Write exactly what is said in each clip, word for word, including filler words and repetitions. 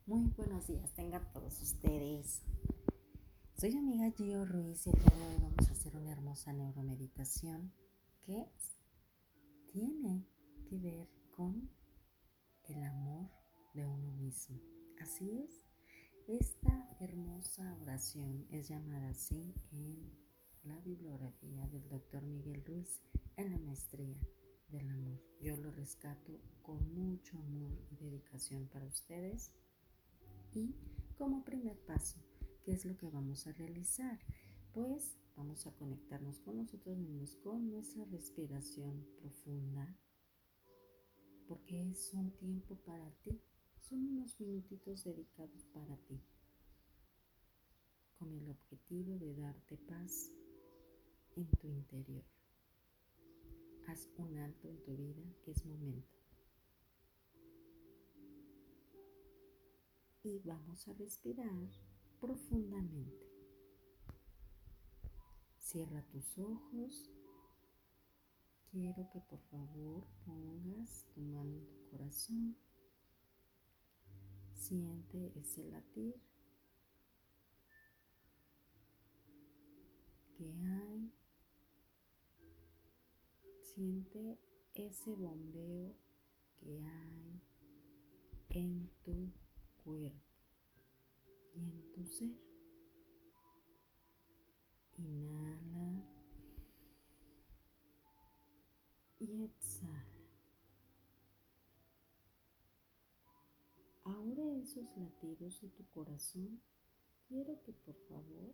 Muy buenos días, tengan todos ustedes. Soy su amiga Gio Ruiz y el día de hoy vamos a hacer una hermosa neuromeditación que tiene que ver con el amor de uno mismo. Así es, esta hermosa oración es llamada así en la bibliografía del doctor Miguel Ruiz en la maestría del amor. Yo lo rescato con mucho amor y dedicación para ustedes. Y como primer paso, ¿qué es lo que vamos a realizar? Pues vamos a conectarnos con nosotros mismos, con nuestra respiración profunda, porque es un tiempo para ti, son unos minutitos dedicados para ti, con el objetivo de darte paz en tu interior. Haz un alto en tu vida, es momento. Y vamos a respirar profundamente. Cierra tus ojos. Quiero que por favor pongas tu mano en tu corazón. Siente ese latir que hay. Siente ese bombeo que hay en tu cuerpo y en tu ser. Inhala y exhala. Ahora esos latidos de tu corazón, quiero que por favor,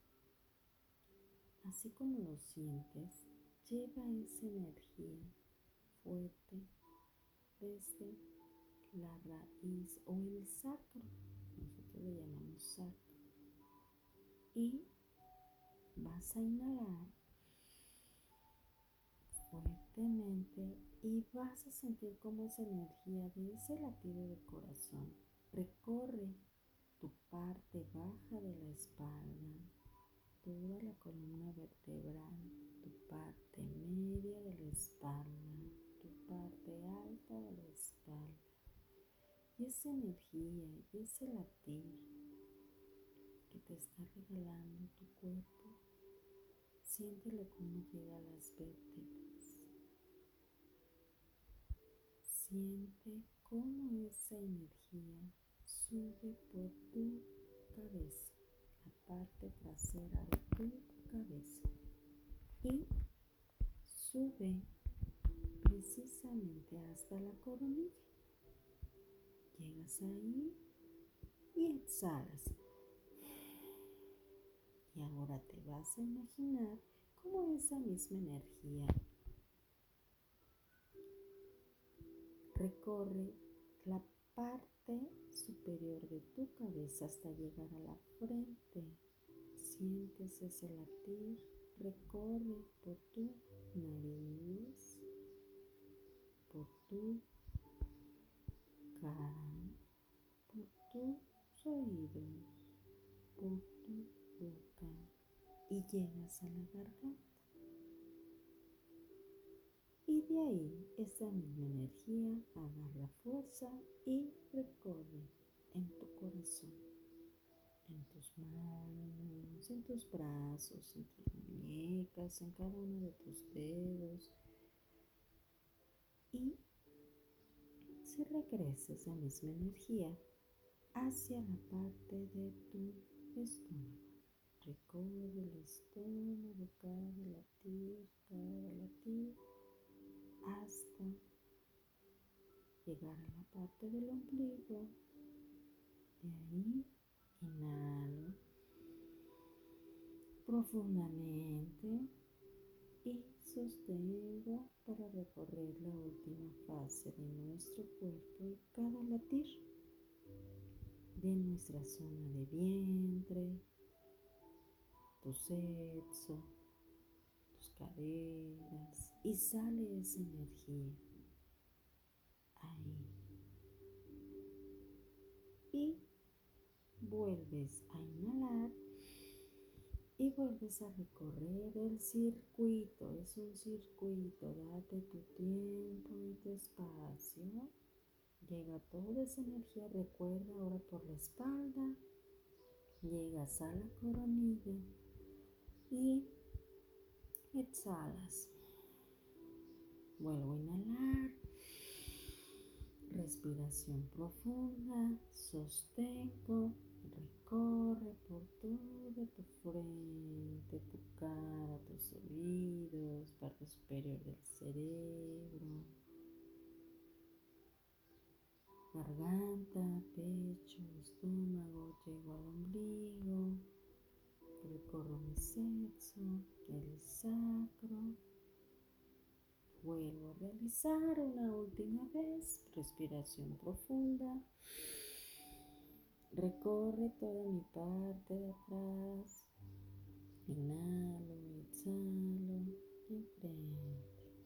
así como lo sientes, lleva esa energía fuerte desde la raíz o el sacro, nosotros le llamamos sacro, y vas a inhalar fuertemente y vas a sentir cómo esa energía de ese latido de corazón recorre tu parte baja de la espalda, toda la columna vertebral, tu parte media de la espalda, tu parte alta de la espalda. Y esa energía y ese latir que te está regalando tu cuerpo, siéntelo como llega a las vértebras. Siente cómo esa energía sube por tu cabeza, la parte trasera de tu cabeza, y sube precisamente hasta la coronilla. Llegas ahí y exhalas. Y ahora te vas a imaginar cómo esa misma energía recorre la parte superior de tu cabeza hasta llegar a la frente. Sientes ese latir, recorre por tu nariz, por tu cara, por tus oídos, por tu boca y llegas a la garganta. Y de ahí esa misma energía agarra fuerza y recorre en tu corazón, en tus manos, en tus brazos, en tus muñecas, en cada uno de tus dedos. Y se regresa esa misma energía hacia la parte de tu estómago. Recorre el estómago, cada latir, cada latir, hasta llegar a la parte del ombligo. De ahí inhalo profundamente y sostengo para recorrer la última fase de nuestro cuerpo y cada latir de nuestra zona de vientre, tu sexo, tus caderas, y sale esa energía ahí. Y vuelves a inhalar y vuelves a recorrer el circuito. Es un circuito, date tu tiempo y tu espacio. llega toda esa energía, recuerda ahora por la espalda, llegas a la coronilla y exhalas. Vuelvo a inhalar, respiración profunda, sostengo, recorre por toda tu frente, tu cara, tus oídos, parte superior del cerebro, garganta, pecho, estómago, llego al ombligo, recorro mi sexo, el sacro. Vuelvo a realizar una última vez, respiración profunda. Recorre toda mi parte de atrás. Inhalo, exhalo, enfrente.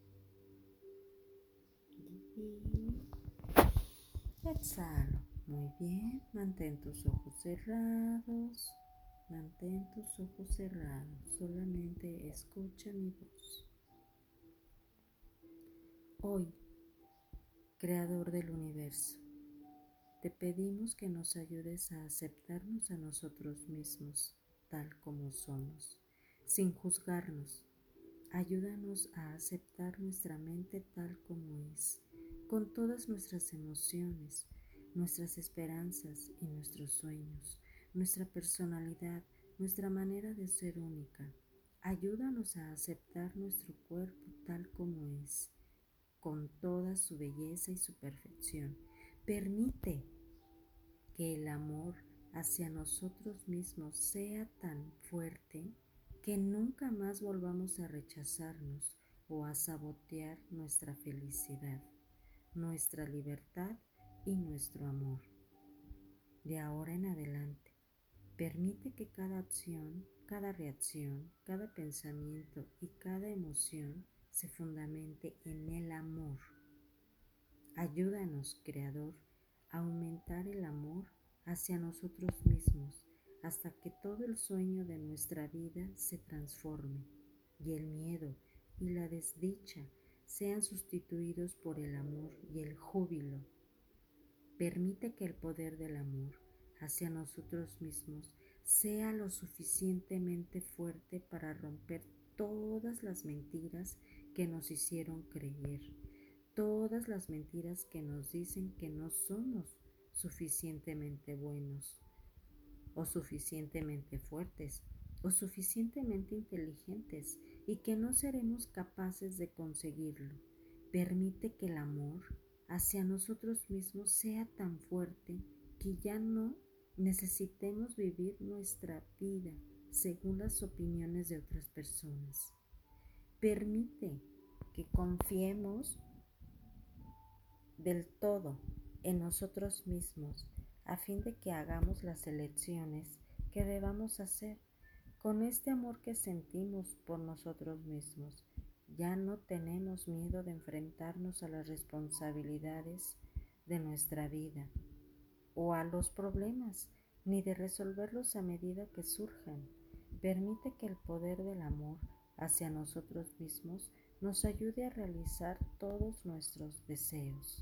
Y exhalo. Muy bien, mantén tus ojos cerrados. Mantén tus ojos cerrados. Solamente escucha mi voz. Hoy, Creador del universo, te pedimos que nos ayudes a aceptarnos a nosotros mismos tal como somos, sin juzgarnos. Ayúdanos a aceptar nuestra mente tal como es, con todas nuestras emociones, nuestras esperanzas y nuestros sueños, nuestra personalidad, nuestra manera de ser única. Ayúdanos a aceptar nuestro cuerpo tal como es, con toda su belleza y su perfección. Permite que el amor hacia nosotros mismos sea tan fuerte que nunca más volvamos a rechazarnos o a sabotear nuestra felicidad, nuestra libertad y nuestro amor. De ahora en adelante, permite que cada acción, cada reacción, cada pensamiento y cada emoción se fundamente en el amor. Ayúdanos, Creador, a aumentar el amor hacia nosotros mismos hasta que todo el sueño de nuestra vida se transforme y el miedo y la desdicha sean sustituidos por el amor y el júbilo. Permite que el poder del amor hacia nosotros mismos sea lo suficientemente fuerte para romper todas las mentiras que nos hicieron creer, todas las mentiras que nos dicen que no somos suficientemente buenos, o suficientemente fuertes, o suficientemente inteligentes, y que no seremos capaces de conseguirlo. Permite que el amor hacia nosotros mismos sea tan fuerte que ya no necesitemos vivir nuestra vida según las opiniones de otras personas. Permite que confiemos del todo en nosotros mismos a fin de que hagamos las elecciones que debamos hacer. Con este amor que sentimos por nosotros mismos, ya no tenemos miedo de enfrentarnos a las responsabilidades de nuestra vida o a los problemas, ni de resolverlos a medida que surjan. Permite que el poder del amor hacia nosotros mismos nos ayude a realizar todos nuestros deseos.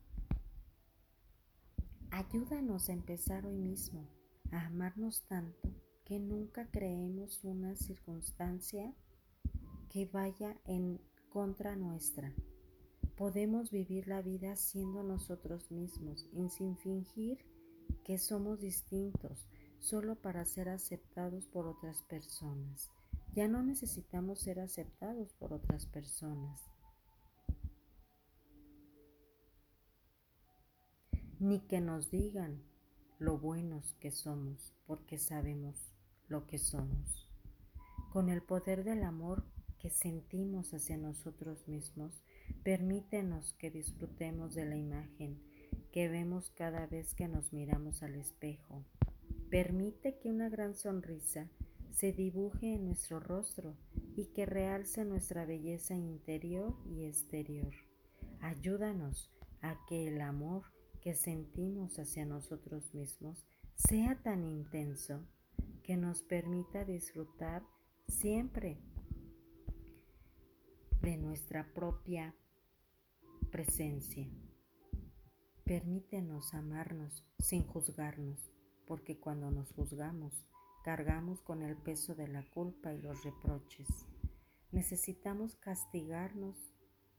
Ayúdanos a empezar hoy mismo a amarnos tanto que nunca creemos una circunstancia que vaya en contra nuestra. Podemos vivir la vida siendo nosotros mismos y sin fingir que somos distintos solo para ser aceptados por otras personas. Ya no necesitamos ser aceptados por otras personas, ni que nos digan lo buenos que somos, porque sabemos lo que somos. Con el poder del amor que sentimos hacia nosotros mismos, permítenos que disfrutemos de la imagen que vemos cada vez que nos miramos al espejo. Permite que una gran sonrisa se dibuje en nuestro rostro y que realce nuestra belleza interior y exterior. Ayúdanos a que el amor que sentimos hacia nosotros mismos sea tan intenso que nos permita disfrutar siempre de nuestra propia presencia. Permítenos amarnos sin juzgarnos, porque cuando nos juzgamos, cargamos con el peso de la culpa y los reproches. Necesitamos castigarnos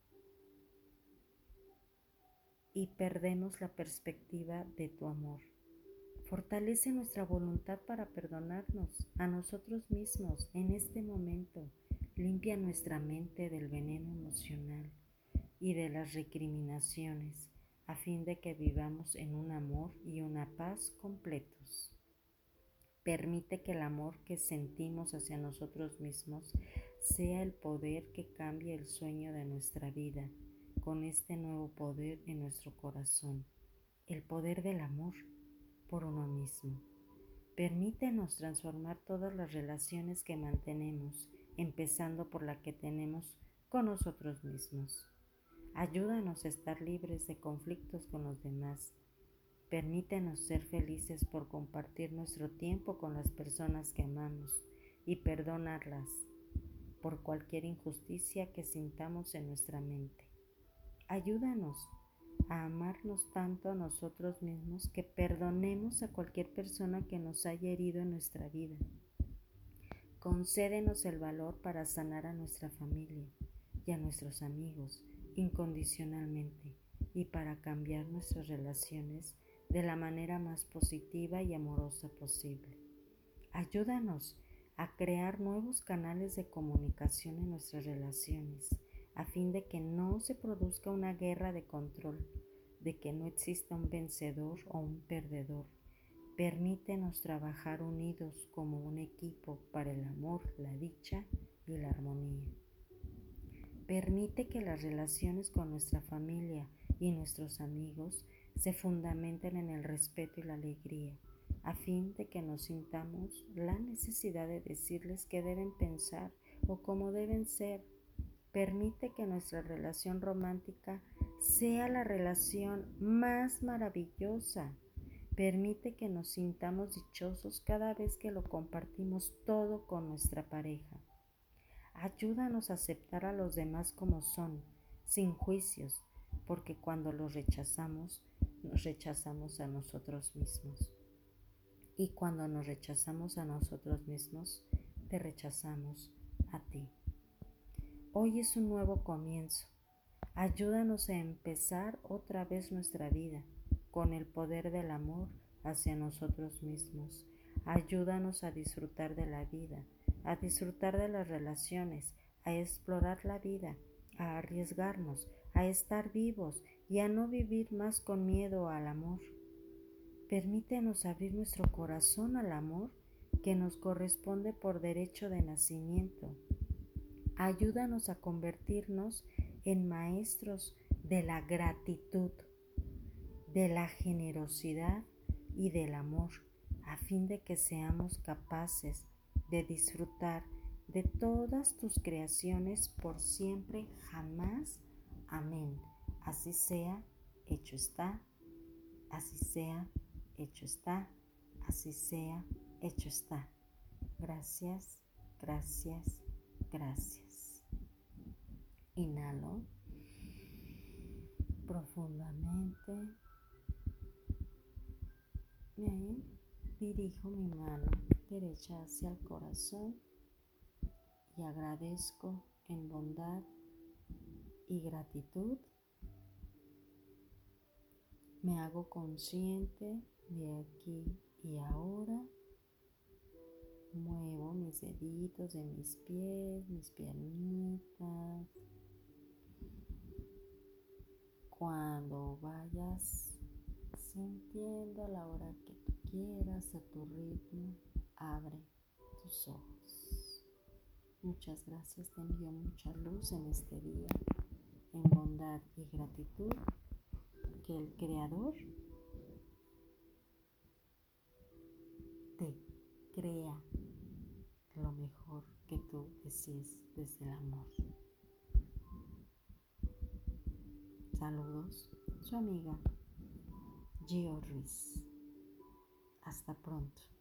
y perdemos la perspectiva de tu amor. Fortalece nuestra voluntad para perdonarnos a nosotros mismos en este momento. Limpia nuestra mente del veneno emocional y de las recriminaciones, a fin de que vivamos en un amor y una paz completos. Permite que el amor que sentimos hacia nosotros mismos sea el poder que cambie el sueño de nuestra vida con este nuevo poder en nuestro corazón, el poder del amor por uno mismo. Permítenos transformar todas las relaciones que mantenemos, empezando por la que tenemos con nosotros mismos. Ayúdanos a estar libres de conflictos con los demás. Permítenos ser felices por compartir nuestro tiempo con las personas que amamos y perdonarlas por cualquier injusticia que sintamos en nuestra mente. Ayúdanos a amarnos tanto a nosotros mismos que perdonemos a cualquier persona que nos haya herido en nuestra vida. Concédenos el valor para sanar a nuestra familia y a nuestros amigos incondicionalmente y para cambiar nuestras relaciones de la manera más positiva y amorosa posible. Ayúdanos a crear nuevos canales de comunicación en nuestras relaciones, a fin de que no se produzca una guerra de control, de que no exista un vencedor o un perdedor. Permítenos trabajar unidos como un equipo para el amor, la dicha y la armonía. Permite que las relaciones con nuestra familia y nuestros amigos se fundamenten en el respeto y la alegría, a fin de que nos sintamos la necesidad de decirles qué deben pensar o cómo deben ser. Permite que nuestra relación romántica sea la relación más maravillosa. Permite que nos sintamos dichosos cada vez que lo compartimos todo con nuestra pareja. Ayúdanos a aceptar a los demás como son, sin juicios, porque cuando los rechazamos, nos rechazamos a nosotros mismos. Y cuando nos rechazamos a nosotros mismos, te rechazamos a ti. Hoy es un nuevo comienzo. Ayúdanos a empezar otra vez nuestra vida con el poder del amor hacia nosotros mismos. Ayúdanos a disfrutar de la vida, a disfrutar de las relaciones, a explorar la vida, a arriesgarnos, a estar vivos y a no vivir más con miedo al amor. Permítenos abrir nuestro corazón al amor que nos corresponde por derecho de nacimiento. Ayúdanos a convertirnos en maestros de la gratitud, de la generosidad y del amor, a fin de que seamos capaces de disfrutar de todas tus creaciones por siempre, jamás. Amén. Así sea, hecho está. Así sea, hecho está. Así sea, hecho está. Gracias, gracias, gracias. Inhalo profundamente. Y ahí dirijo mi mano derecha hacia el corazón y agradezco en bondad y gratitud. Me hago consciente de aquí y ahora. Muevo mis deditos de mis pies, mis piernitas. Cuando vayas sintiendo a la hora que tú quieras, a tu ritmo, abre tus ojos. Muchas gracias, te envío mucha luz en este día, en bondad y gratitud. Que el Creador te crea lo mejor que tú desees desde el amor. Saludos, su amiga Gio Ruiz. Hasta pronto.